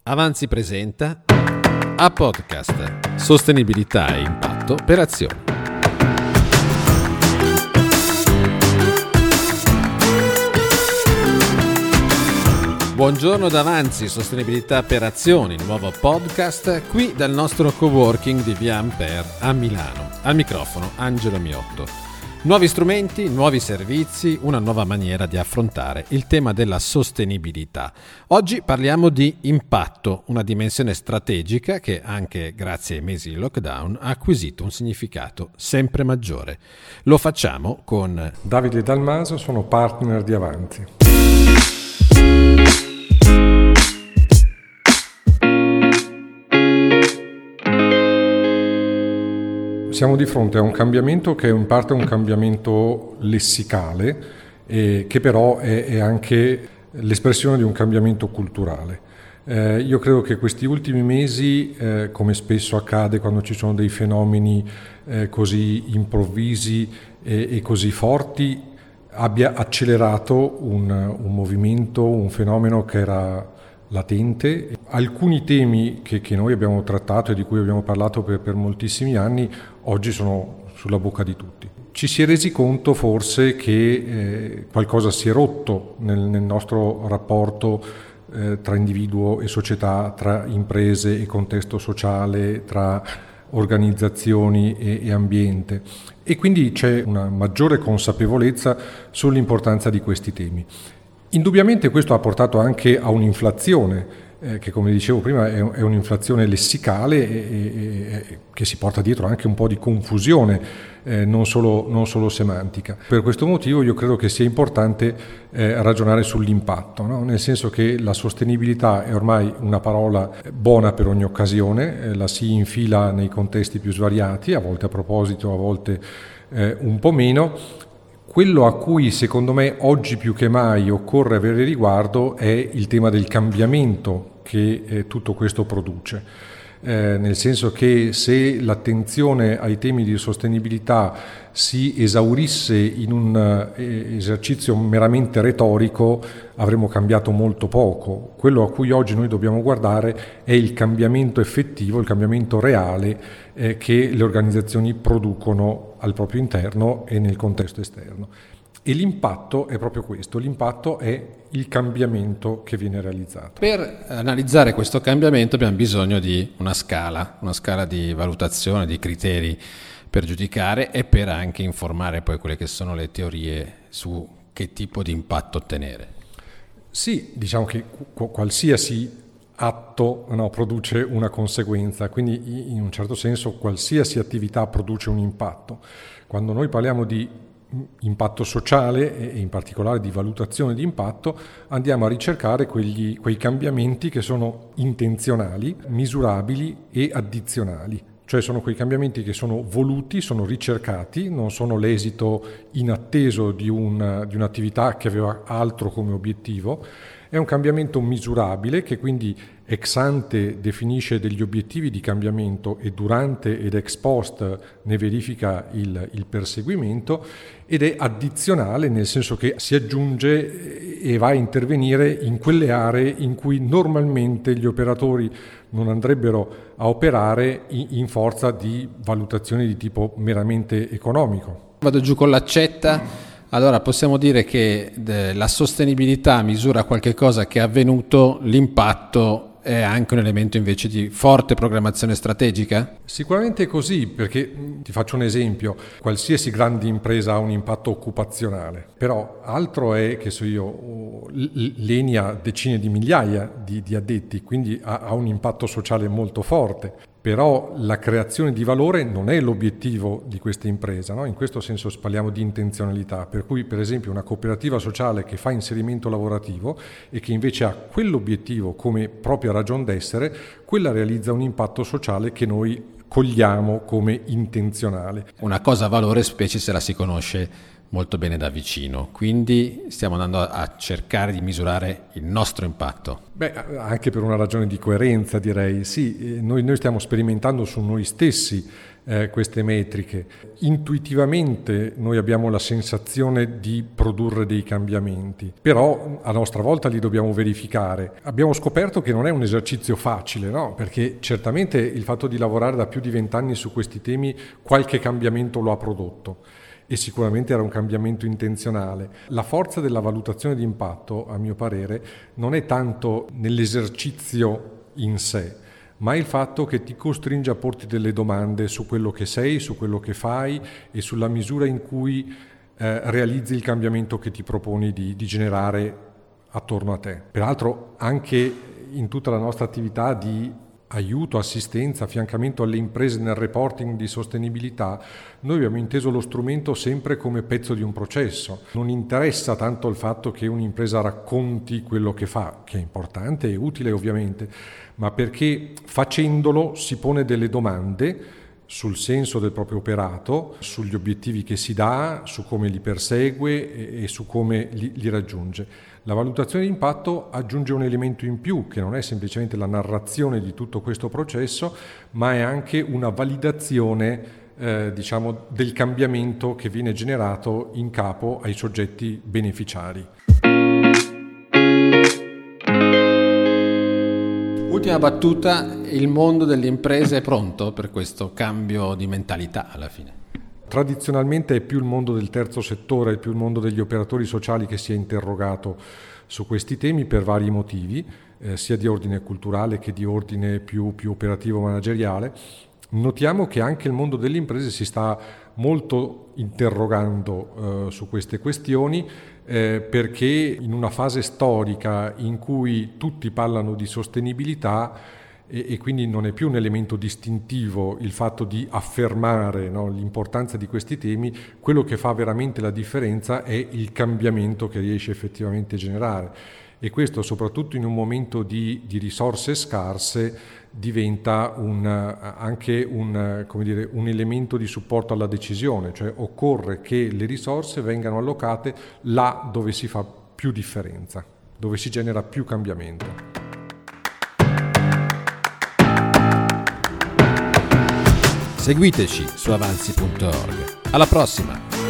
Avanzi presenta A Podcast, sostenibilità e impatto per azioni. Buongiorno da Avanzi, sostenibilità per azioni, nuovo podcast qui dal nostro coworking di Via Ampere a Milano. Al microfono Angelo Miotto. Nuovi strumenti, nuovi servizi, una nuova maniera di affrontare il tema della sostenibilità. Oggi parliamo di impatto, una dimensione strategica che anche grazie ai mesi di lockdown ha acquisito un significato sempre maggiore. Lo facciamo con Davide Dalmaso, sono partner di Avanzi. Siamo di fronte a un cambiamento che è in parte un cambiamento lessicale, che però è anche l'espressione di un cambiamento culturale. Io credo che questi ultimi mesi, come spesso accade quando ci sono dei fenomeni così improvvisi e così forti, abbia accelerato un movimento, un fenomeno che era latente. Alcuni temi che noi abbiamo trattato e di cui abbiamo parlato per moltissimi anni oggi sono sulla bocca di tutti. Ci si è resi conto forse che qualcosa si è rotto nel nostro rapporto tra individuo e società, tra imprese e contesto sociale, tra organizzazioni e ambiente, e quindi c'è una maggiore consapevolezza sull'importanza di questi temi. Indubbiamente questo ha portato anche a un'inflazione che, come dicevo prima, è un'inflazione lessicale che si porta dietro anche un po' di confusione, non solo semantica. Per questo motivo io credo che sia importante ragionare sull'impatto, no? Nel senso che la sostenibilità è ormai una parola buona per ogni occasione, la si infila nei contesti più svariati, a volte a proposito, a volte un po' meno. Quello a cui secondo me oggi più che mai occorre avere riguardo è il tema del cambiamento che tutto questo produce, nel senso che se l'attenzione ai temi di sostenibilità si esaurisse in un esercizio meramente retorico avremmo cambiato molto poco. Quello a cui oggi noi dobbiamo guardare è il cambiamento effettivo, il cambiamento reale che le organizzazioni producono al proprio interno e nel contesto esterno. E l'impatto è proprio questo, l'impatto è il cambiamento che viene realizzato. Per analizzare questo cambiamento abbiamo bisogno di una scala di valutazione, di criteri per giudicare e per anche informare poi quelle che sono le teorie su che tipo di impatto ottenere. Sì, diciamo che qualsiasi atto produce una conseguenza, quindi in un certo senso qualsiasi attività produce un impatto. Quando noi parliamo di impatto sociale e in particolare di valutazione di impatto, andiamo a ricercare quei cambiamenti che sono intenzionali, misurabili e addizionali. Cioè sono quei cambiamenti che sono voluti, sono ricercati, non sono l'esito inatteso di un'attività che aveva altro come obiettivo. È un cambiamento misurabile che quindi ex ante definisce degli obiettivi di cambiamento e durante ed ex post ne verifica il perseguimento, ed è addizionale nel senso che si aggiunge e va a intervenire in quelle aree in cui normalmente gli operatori non andrebbero a operare in forza di valutazioni di tipo meramente economico. Vado giù con l'accetta. Allora possiamo dire che la sostenibilità misura qualche cosa che è avvenuto, l'impatto è anche un elemento invece di forte programmazione strategica? Sicuramente è così, perché ti faccio un esempio: qualsiasi grande impresa ha un impatto occupazionale, però altro è che l'ENI ha decine di migliaia di addetti, quindi ha un impatto sociale molto forte. Però la creazione di valore non è l'obiettivo di questa impresa, no? In questo senso parliamo di intenzionalità, per cui per esempio una cooperativa sociale che fa inserimento lavorativo e che invece ha quell'obiettivo come propria ragion d'essere, quella realizza un impatto sociale che noi cogliamo come intenzionale. Una cosa a valore specie se la si conosce molto bene da vicino, quindi stiamo andando a cercare di misurare il nostro impatto. Beh, anche per una ragione di coerenza, direi. Sì, noi stiamo sperimentando su noi stessi queste metriche. Intuitivamente noi abbiamo la sensazione di produrre dei cambiamenti, però a nostra volta li dobbiamo verificare. Abbiamo scoperto che non è un esercizio facile, no? Perché certamente il fatto di lavorare da più di 20 anni su questi temi qualche cambiamento lo ha prodotto. E sicuramente era un cambiamento intenzionale. La forza della valutazione di impatto, a mio parere, non è tanto nell'esercizio in sé, ma il fatto che ti costringe a porti delle domande su quello che sei, su quello che fai e sulla misura in cui realizzi il cambiamento che ti proponi di generare attorno a te. Peraltro anche in tutta la nostra attività di aiuto, assistenza, affiancamento alle imprese nel reporting di sostenibilità, noi abbiamo inteso lo strumento sempre come pezzo di un processo. Non interessa tanto il fatto che un'impresa racconti quello che fa, che è importante e utile ovviamente, ma perché facendolo si pone delle domande sul senso del proprio operato, sugli obiettivi che si dà, su come li persegue e su come li raggiunge. La valutazione di impatto aggiunge un elemento in più, che non è semplicemente la narrazione di tutto questo processo, ma è anche una validazione del cambiamento che viene generato in capo ai soggetti beneficiari. Ultima battuta, il mondo delle imprese è pronto per questo cambio di mentalità alla fine? Tradizionalmente è più il mondo del terzo settore, è più il mondo degli operatori sociali che si è interrogato su questi temi per vari motivi, sia di ordine culturale che di ordine più operativo manageriale. Notiamo che anche il mondo delle imprese si sta molto interrogando su queste questioni perché in una fase storica in cui tutti parlano di sostenibilità e quindi non è più un elemento distintivo il fatto di affermare, no, l'importanza di questi temi, quello che fa veramente la differenza è il cambiamento che riesce effettivamente a generare. E questo soprattutto in un momento di risorse scarse diventa anche un elemento di supporto alla decisione, cioè occorre che le risorse vengano allocate là dove si fa più differenza, dove si genera più cambiamento. Seguiteci su avanzi.org. Alla prossima!